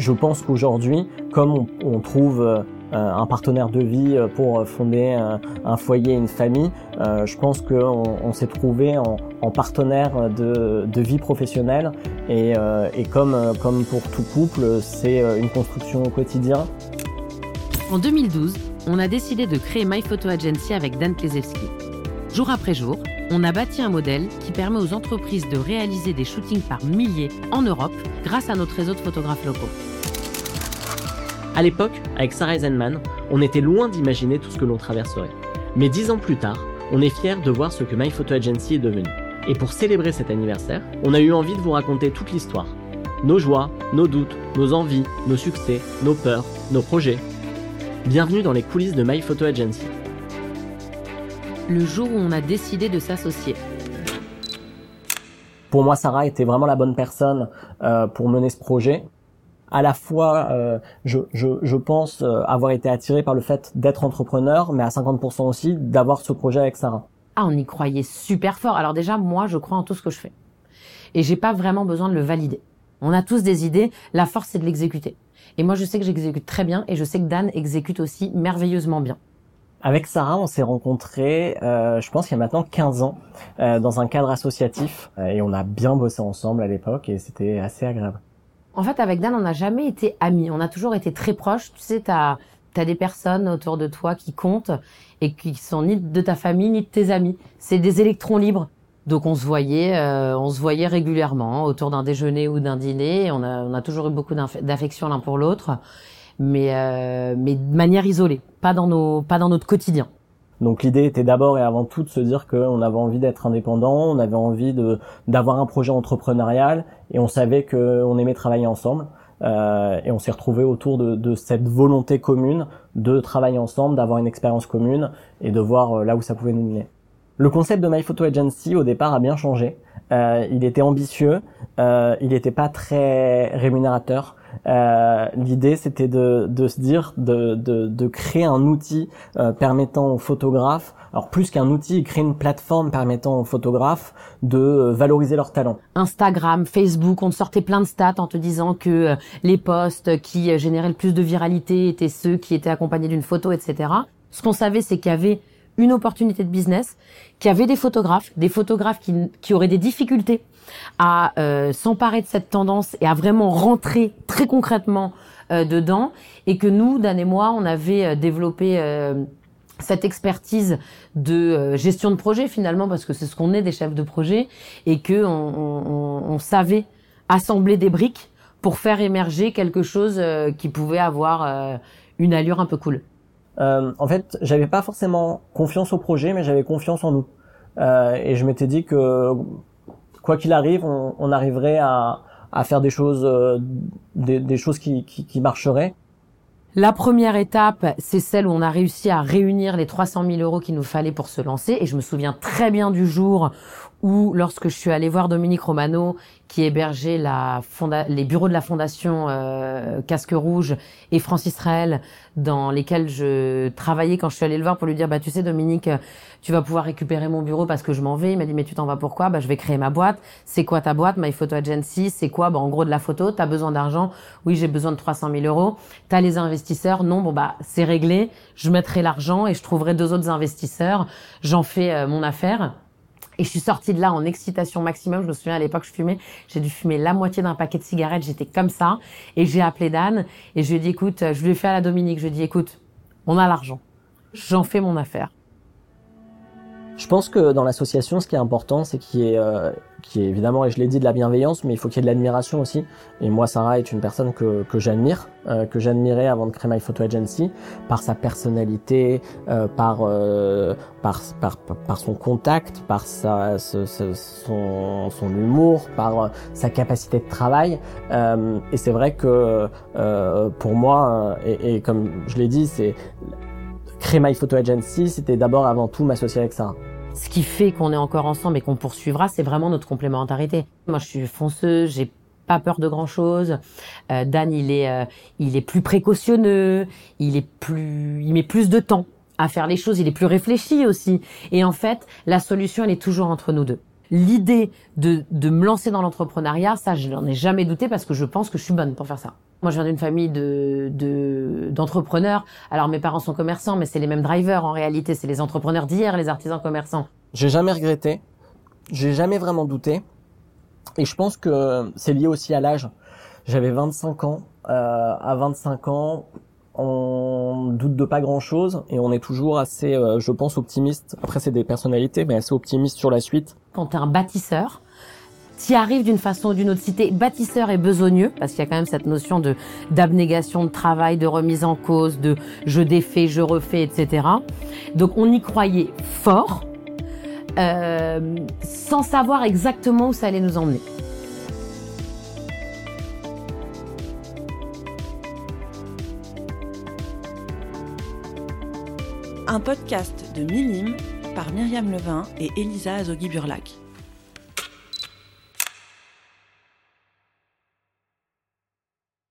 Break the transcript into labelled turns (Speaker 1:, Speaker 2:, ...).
Speaker 1: je pense qu'aujourd'hui, comme on trouve un partenaire de vie pour fonder un foyer, une famille, je pense qu'on s'est trouvé en partenaire de vie professionnelle et comme pour tout couple, c'est une construction au quotidien.
Speaker 2: En 2012, on a décidé de créer My Photo Agency avec Dan Klezewski. Jour après jour, on a bâti un modèle qui permet aux entreprises de réaliser des shootings par milliers en Europe grâce à notre réseau de photographes locaux.
Speaker 3: À l'époque, avec Sarah Eisenman, on était loin d'imaginer tout ce que l'on traverserait. Mais 10 ans plus tard, on est fiers de voir ce que My Photo Agency est devenu. Et pour célébrer cet anniversaire, on a eu envie de vous raconter toute l'histoire. Nos joies, nos doutes, nos envies, nos succès, nos peurs, nos projets. Bienvenue dans les coulisses de My Photo Agency.
Speaker 2: Le jour où on a décidé de s'associer.
Speaker 1: Pour moi, Sarah était vraiment la bonne personne pour mener ce projet. À la fois, je pense avoir été attiré par le fait d'être entrepreneur, mais à 50% aussi d'avoir ce projet avec Sarah.
Speaker 2: Ah, on y croyait super fort. Alors déjà, moi, je crois en tout ce que je fais. Et j'ai pas vraiment besoin de le valider. On a tous des idées, la force, c'est de l'exécuter. Et moi, je sais que j'exécute très bien et je sais que Dan exécute aussi merveilleusement bien.
Speaker 1: Avec Sarah, on s'est rencontrés, je pense qu'il y a maintenant 15 ans, dans un cadre associatif. Et on a bien bossé ensemble à l'époque et c'était assez agréable.
Speaker 2: En fait, avec Dan, on n'a jamais été amis. On a toujours été très proches. Tu sais, t'as des personnes autour de toi qui comptent et qui sont ni de ta famille, ni de tes amis. C'est des électrons libres. Donc, on se voyait régulièrement autour d'un déjeuner ou d'un dîner. On a toujours eu beaucoup d'affection l'un pour l'autre. Mais de manière isolée. Pas dans notre quotidien.
Speaker 1: Donc l'idée était d'abord et avant tout de se dire qu'on avait envie d'être indépendant, on avait envie d'avoir un projet entrepreneurial et on savait qu'on aimait travailler ensemble. Et on s'est retrouvés autour de cette volonté commune de travailler ensemble, d'avoir une expérience commune et de voir là où ça pouvait nous mener. Le concept de My Photo Agency au départ a bien changé. Il était ambitieux, il n'était pas très rémunérateur. L'idée c'était de se dire de créer un outil permettant aux photographes, alors plus qu'un outil, créer une plateforme permettant aux photographes de valoriser leurs talents.
Speaker 2: Instagram, Facebook, on te sortait plein de stats en te disant que les posts qui généraient le plus de viralité étaient ceux qui étaient accompagnés d'une photo, etc. Ce qu'on savait, c'est qu'il y avait une opportunité de business, qu'il y avait des photographes qui auraient des difficultés à s'emparer de cette tendance et à vraiment rentrer très concrètement dedans, et que nous, Dan et moi, on avait développé cette expertise de gestion de projet finalement, parce que c'est ce qu'on est, des chefs de projet, et que on savait assembler des briques pour faire émerger quelque chose qui pouvait avoir une allure un peu cool.
Speaker 1: En fait, j'avais pas forcément confiance au projet, mais j'avais confiance en nous. Et je m'étais dit que quoi qu'il arrive, on arriverait à faire des choses qui marcheraient.
Speaker 2: La première étape, c'est celle où on a réussi à réunir les 300 000 € qu'il nous fallait pour se lancer. Et je me souviens très bien du jour où, lorsque je suis allée voir Dominique Romano, qui hébergeait les bureaux de la fondation Casque Rouge, et Francis Raël, dans lesquels je travaillais, quand je suis allée le voir pour lui dire, tu sais Dominique, tu vas pouvoir récupérer mon bureau parce que je m'en vais. Il m'a dit, mais tu t'en vas pourquoi? Je vais créer ma boîte. C'est quoi ta boîte? My Photo Agency. C'est quoi? En gros, de la photo. T'as besoin d'argent? Oui, j'ai besoin de 300 000 €. T'as les investisseurs? Non, c'est réglé. Je mettrai l'argent et je trouverai 2 autres investisseurs. J'en fais mon affaire. Et je suis sortie de là en excitation maximum. Je me souviens, à l'époque, je fumais. J'ai dû fumer la moitié d'un paquet de cigarettes. J'étais comme ça. Et j'ai appelé Dan et je lui ai dit, écoute, je lui ai fait à la Dominique. Je lui ai dit, écoute, on a l'argent. J'en fais mon affaire.
Speaker 1: Je pense que dans l'association, ce qui est important, c'est qu'il y ait évidemment, et je l'ai dit, de la bienveillance, mais il faut qu'il y ait de l'admiration aussi. Et moi, Sarah est une personne que j'admire, que j'admirais avant de créer My Photo Agency, par sa personnalité, par son contact, par son humour, par sa capacité de travail. Et c'est vrai que pour moi, et comme je l'ai dit, c'est créer My Photo Agency, c'était d'abord avant tout m'associer avec Sarah.
Speaker 2: Ce qui fait qu'on est encore ensemble et qu'on poursuivra, c'est vraiment notre complémentarité. Moi, je suis fonceuse, j'ai pas peur de grand chose. Dan, il est plus précautionneux, il met plus de temps à faire les choses, il est plus réfléchi aussi. Et en fait, la solution, elle est toujours entre nous deux. l'idée de me lancer dans l'entrepreneuriat, ça, je n'en ai jamais douté parce que je pense que je suis bonne pour faire ça. Moi, je viens d'une famille d'entrepreneurs. Alors, mes parents sont commerçants, mais c'est les mêmes drivers en réalité. C'est les entrepreneurs d'hier, les artisans commerçants.
Speaker 1: J'ai jamais regretté. J'ai jamais vraiment douté. Et je pense que c'est lié aussi à l'âge. J'avais 25 ans. À 25 ans, on doute de pas grand-chose et on est toujours assez, je pense, optimiste. Après, c'est des personnalités, mais assez optimiste sur la suite.
Speaker 2: Quand t'es un bâtisseur, t'y arrives d'une façon ou d'une autre. Si t'es bâtisseur et besogneux, parce qu'il y a quand même cette notion d'abnégation de travail, de remise en cause, de je défais, je refais, etc. Donc on y croyait fort, sans savoir exactement où ça allait nous emmener.
Speaker 4: Un podcast de Milim par Myriam Levin et Elisa Azogui-Burlac.